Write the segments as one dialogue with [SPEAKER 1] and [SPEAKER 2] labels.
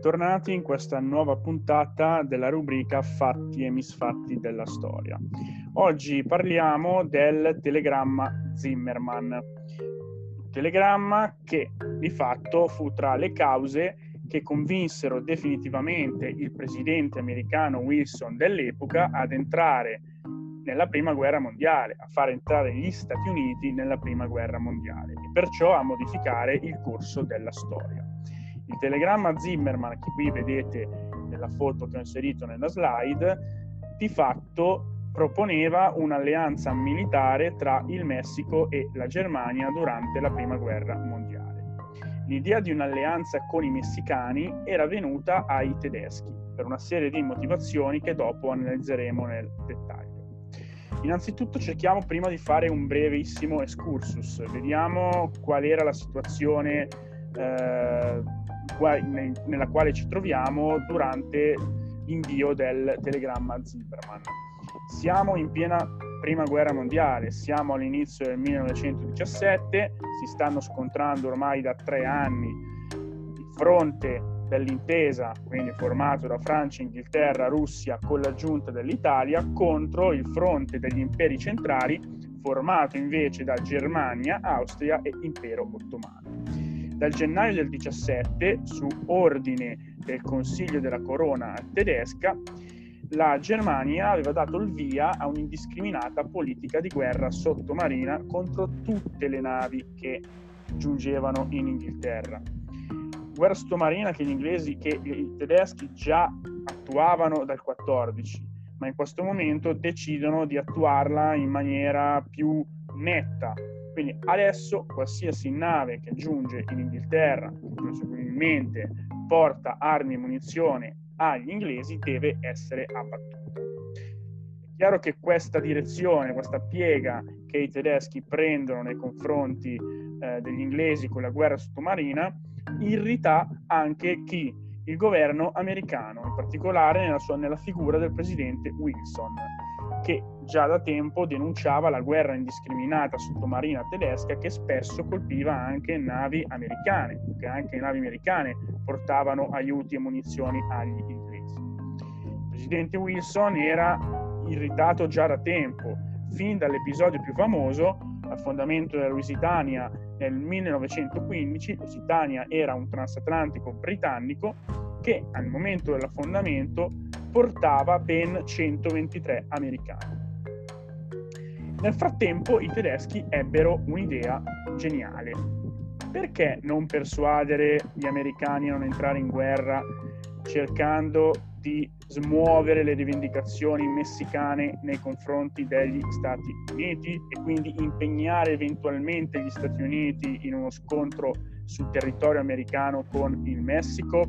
[SPEAKER 1] bentornati in questa nuova puntata della rubrica Fatti e misfatti della storia. Oggi parliamo del telegramma Zimmermann, telegramma che di fatto fu tra le cause che convinsero definitivamente il presidente americano Wilson dell'epoca ad entrare nella prima guerra mondiale, a far entrare gli Stati Uniti nella prima guerra mondiale e perciò a modificare il corso della storia. Il telegramma Zimmermann, che qui vedete nella foto che ho inserito nella slide, di fatto proponeva un'alleanza militare tra il Messico e la Germania durante la prima guerra mondiale. L'idea di un'alleanza con i messicani era venuta ai tedeschi per una serie di motivazioni che dopo analizzeremo nel dettaglio. Innanzitutto cerchiamo prima di fare un brevissimo excursus, vediamo qual era la situazione nella quale ci troviamo durante l'invio del telegramma Zimmermann. Siamo in piena prima guerra mondiale, siamo all'inizio del 1917, si stanno scontrando ormai da 3 anni il fronte dell'intesa, quindi formato da Francia, Inghilterra, Russia con l'aggiunta dell'Italia, contro il fronte degli imperi centrali formato invece da Germania, Austria e Impero Ottomano. Dal gennaio del 17, su ordine del Consiglio della Corona tedesca, la Germania aveva dato il via a un'indiscriminata politica di guerra sottomarina contro tutte le navi che giungevano in Inghilterra. Guerra sottomarina che i tedeschi già attuavano dal 14, ma in questo momento decidono di attuarla in maniera più netta. Quindi adesso qualsiasi nave che giunge in Inghilterra, presumibilmente porta armi e munizioni agli inglesi, deve essere abbattuta. È chiaro che questa direzione, questa piega che i tedeschi prendono nei confronti degli inglesi con la guerra sottomarina irrita anche chi? Il governo americano, in particolare nella figura del presidente Wilson, che già da tempo denunciava la guerra indiscriminata sottomarina tedesca che spesso colpiva anche navi americane, che anche navi americane portavano aiuti e munizioni agli inglesi. Il presidente Wilson era irritato già da tempo, fin dall'episodio più famoso, l'affondamento della Lusitania nel 1915. Lusitania era un transatlantico britannico che al momento dell'affondamento portava ben 123 americani. Nel frattempo i tedeschi ebbero un'idea geniale. Perché non persuadere gli americani a non entrare in guerra cercando di smuovere le rivendicazioni messicane nei confronti degli Stati Uniti e quindi impegnare eventualmente gli Stati Uniti in uno scontro sul territorio americano con il Messico?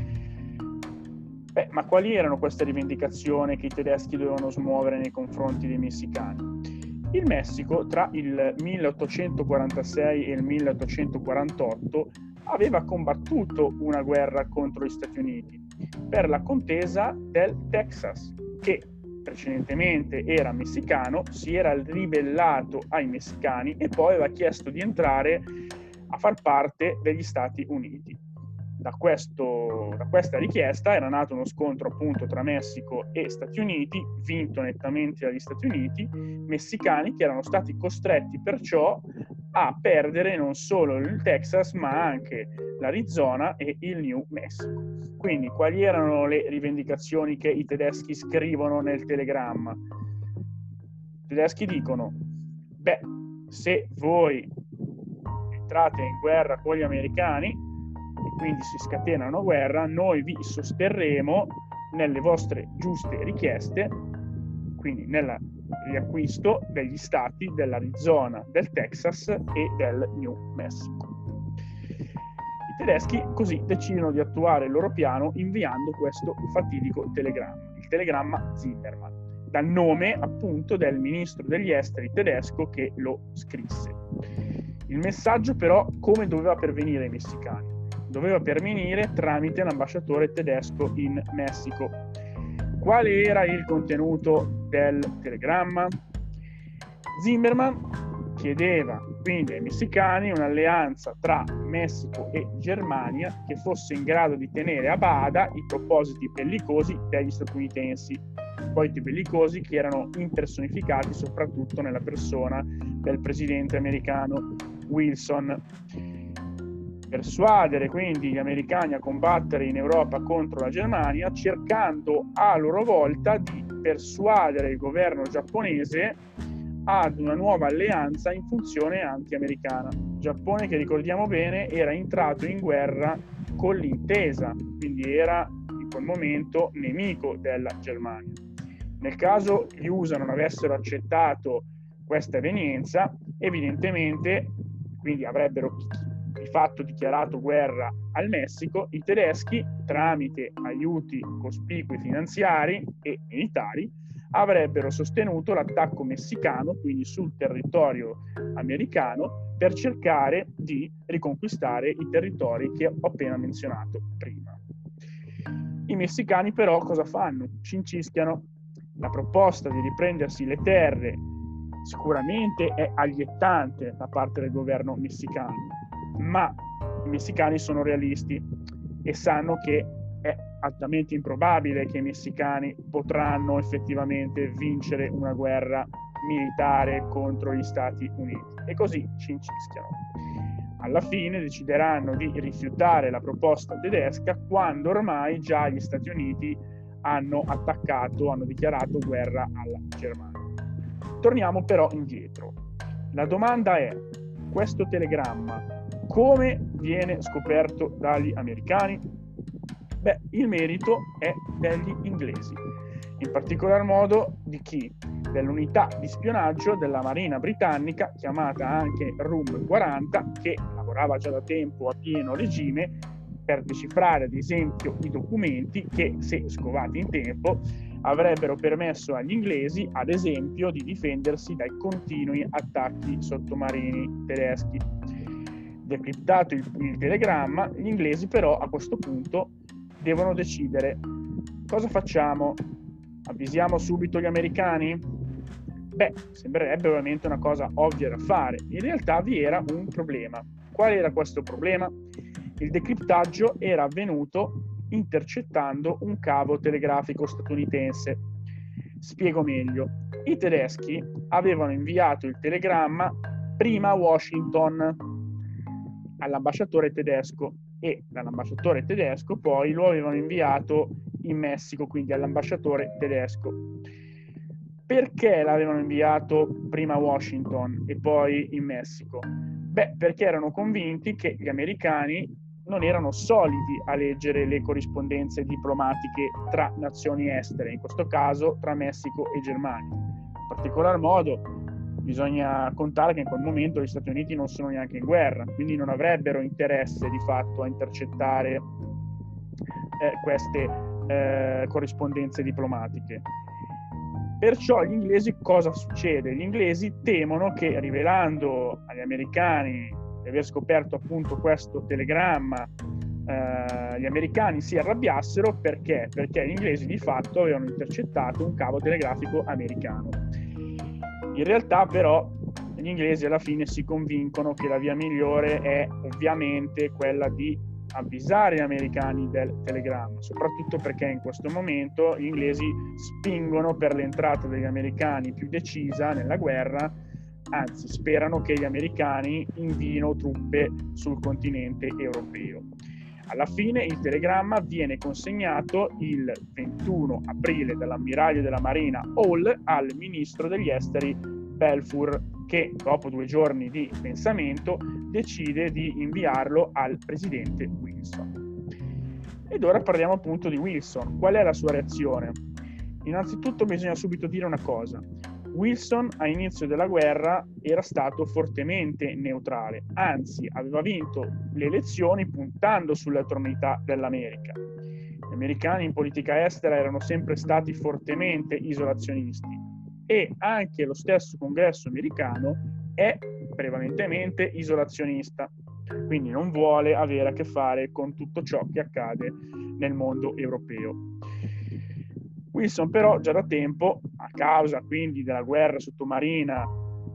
[SPEAKER 1] Ma quali erano queste rivendicazioni che i tedeschi dovevano smuovere nei confronti dei messicani? Il Messico tra il 1846 e il 1848 aveva combattuto una guerra contro gli Stati Uniti per la contesa del Texas, che precedentemente era messicano, si era ribellato ai messicani e poi aveva chiesto di entrare a far parte degli Stati Uniti. Da questa richiesta era nato uno scontro appunto tra Messico e Stati Uniti, vinto nettamente dagli Stati Uniti, messicani che erano stati costretti perciò a perdere non solo il Texas ma anche l'Arizona e il New Mexico. Quindi quali erano le rivendicazioni che i tedeschi scrivono nel telegramma? I tedeschi dicono: se voi entrate in guerra con gli americani e quindi si scatena una guerra, noi vi sosterremo nelle vostre giuste richieste, quindi nel riacquisto degli stati dell'Arizona, del Texas e del New Mexico. I tedeschi così decidono di attuare il loro piano inviando questo fatidico telegramma, il telegramma Zimmermann, dal nome appunto del ministro degli esteri tedesco che lo scrisse. Il messaggio però come doveva pervenire ai messicani? Doveva pervenire tramite l'ambasciatore tedesco in Messico. Quale era il contenuto del telegramma? Zimmermann chiedeva quindi ai messicani un'alleanza tra Messico e Germania che fosse in grado di tenere a bada i propositi bellicosi degli statunitensi, propositi bellicosi che erano impersonificati soprattutto nella persona del presidente americano Wilson. Persuadere quindi gli americani a combattere in Europa contro la Germania, cercando a loro volta di persuadere il governo giapponese ad una nuova alleanza in funzione anti-americana. Giappone, che ricordiamo bene, era entrato in guerra con l'intesa, quindi era in quel momento nemico della Germania. Nel caso gli USA non avessero accettato questa evenienza, evidentemente, quindi avrebbero di fatto dichiarato guerra al Messico, i tedeschi, tramite aiuti cospicui finanziari e militari, avrebbero sostenuto l'attacco messicano, quindi sul territorio americano, per cercare di riconquistare i territori che ho appena menzionato prima. I messicani però cosa fanno? Cincischiano. La proposta di riprendersi le terre sicuramente è aliettante da parte del governo messicano, ma i messicani sono realisti e sanno che è altamente improbabile che i messicani potranno effettivamente vincere una guerra militare contro gli Stati Uniti, e così cincischiano. Alla fine decideranno di rifiutare la proposta tedesca quando ormai già gli Stati Uniti hanno dichiarato guerra alla Germania. Torniamo però indietro. La domanda è: questo telegramma come viene scoperto dagli americani? Beh, il merito è degli inglesi, in particolar modo di chi? Dell'unità di spionaggio della Marina britannica, chiamata anche Room 40, che lavorava già da tempo a pieno regime per decifrare ad esempio i documenti che, se scovati in tempo, avrebbero permesso agli inglesi ad esempio di difendersi dai continui attacchi sottomarini tedeschi. Decriptato il telegramma, gli inglesi però a questo punto devono decidere: cosa facciamo? Avvisiamo subito gli americani? Beh, sembrerebbe ovviamente una cosa ovvia da fare. In realtà vi era un problema. Qual era questo problema? Il decriptaggio era avvenuto intercettando un cavo telegrafico statunitense. Spiego meglio. I tedeschi avevano inviato il telegramma prima a Washington all'ambasciatore tedesco, e dall'ambasciatore tedesco poi lo avevano inviato in Messico, quindi all'ambasciatore tedesco. Perché l'avevano inviato prima a Washington e poi in Messico? Beh, perché erano convinti che gli americani non erano solidi a leggere le corrispondenze diplomatiche tra nazioni estere, in questo caso tra Messico e Germania. In particolar modo bisogna contare che in quel momento gli Stati Uniti non sono neanche in guerra, quindi non avrebbero interesse di fatto a intercettare queste corrispondenze diplomatiche. Perciò gli inglesi, cosa succede? Gli inglesi temono che, rivelando agli americani di aver scoperto appunto questo telegramma, gli americani si arrabbiassero. Perché? Perché gli inglesi di fatto avevano intercettato un cavo telegrafico americano. In realtà però gli inglesi alla fine si convincono che la via migliore è ovviamente quella di avvisare gli americani del telegramma, soprattutto perché in questo momento gli inglesi spingono per l'entrata degli americani più decisa nella guerra, anzi sperano che gli americani inviino truppe sul continente europeo. Alla fine il telegramma viene consegnato il 21 aprile dall'ammiraglio della Marina Hall al ministro degli esteri Balfour, che dopo 2 giorni di pensamento decide di inviarlo al presidente Wilson. Ed ora parliamo appunto di Wilson. Qual è la sua reazione? Innanzitutto bisogna subito dire una cosa. Wilson a inizio della guerra era stato fortemente neutrale, anzi aveva vinto le elezioni puntando sulla neutralità dell'America. Gli americani in politica estera erano sempre stati fortemente isolazionisti e anche lo stesso congresso americano è prevalentemente isolazionista, quindi non vuole avere a che fare con tutto ciò che accade nel mondo europeo. Wilson però già da tempo, a causa quindi della guerra sottomarina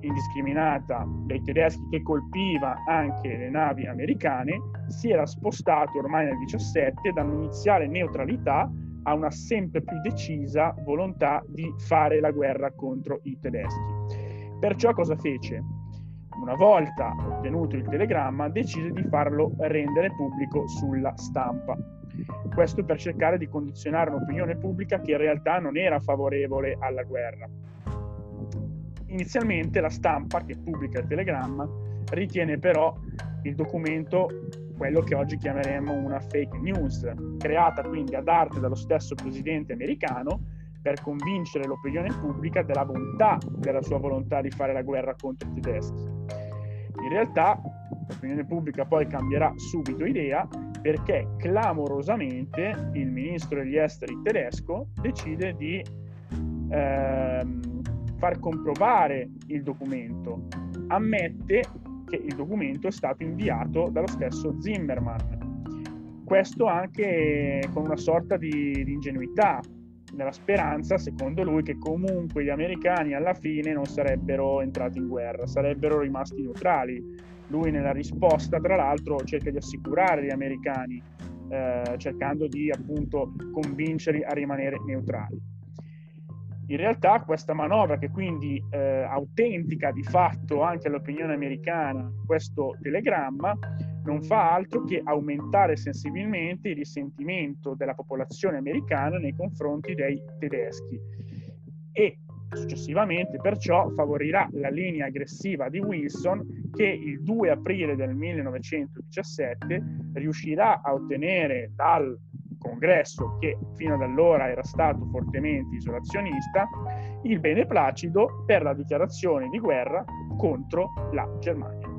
[SPEAKER 1] indiscriminata dei tedeschi, che colpiva anche le navi americane, si era spostato ormai nel 17 da un'iniziale neutralità a una sempre più decisa volontà di fare la guerra contro i tedeschi. Perciò cosa fece? Una volta ottenuto il telegramma, decise di farlo rendere pubblico sulla stampa. Questo per cercare di condizionare un'opinione pubblica che in realtà non era favorevole alla guerra. Inizialmente la stampa che pubblica il telegramma ritiene però il documento quello che oggi chiameremo una fake news, creata quindi ad arte dallo stesso presidente americano per convincere l'opinione pubblica della bontà della sua volontà di fare la guerra contro i tedeschi. In realtà l'opinione pubblica poi cambierà subito idea, perché clamorosamente il ministro degli esteri tedesco decide di far comprovare il documento. Ammette che il documento è stato inviato dallo stesso Zimmermann. Questo anche con una sorta di ingenuità, nella speranza, secondo lui, che comunque gli americani alla fine non sarebbero entrati in guerra, sarebbero rimasti neutrali. Lui nella risposta, tra l'altro, cerca di assicurare gli americani, cercando di appunto convincerli a rimanere neutrali. In realtà questa manovra, che quindi autentica di fatto anche all'opinione americana questo telegramma, non fa altro che aumentare sensibilmente il risentimento della popolazione americana nei confronti dei tedeschi e successivamente perciò favorirà la linea aggressiva di Wilson, che il 2 aprile del 1917 riuscirà a ottenere dal Congresso, che fino ad allora era stato fortemente isolazionista, il beneplacito per la dichiarazione di guerra contro la Germania.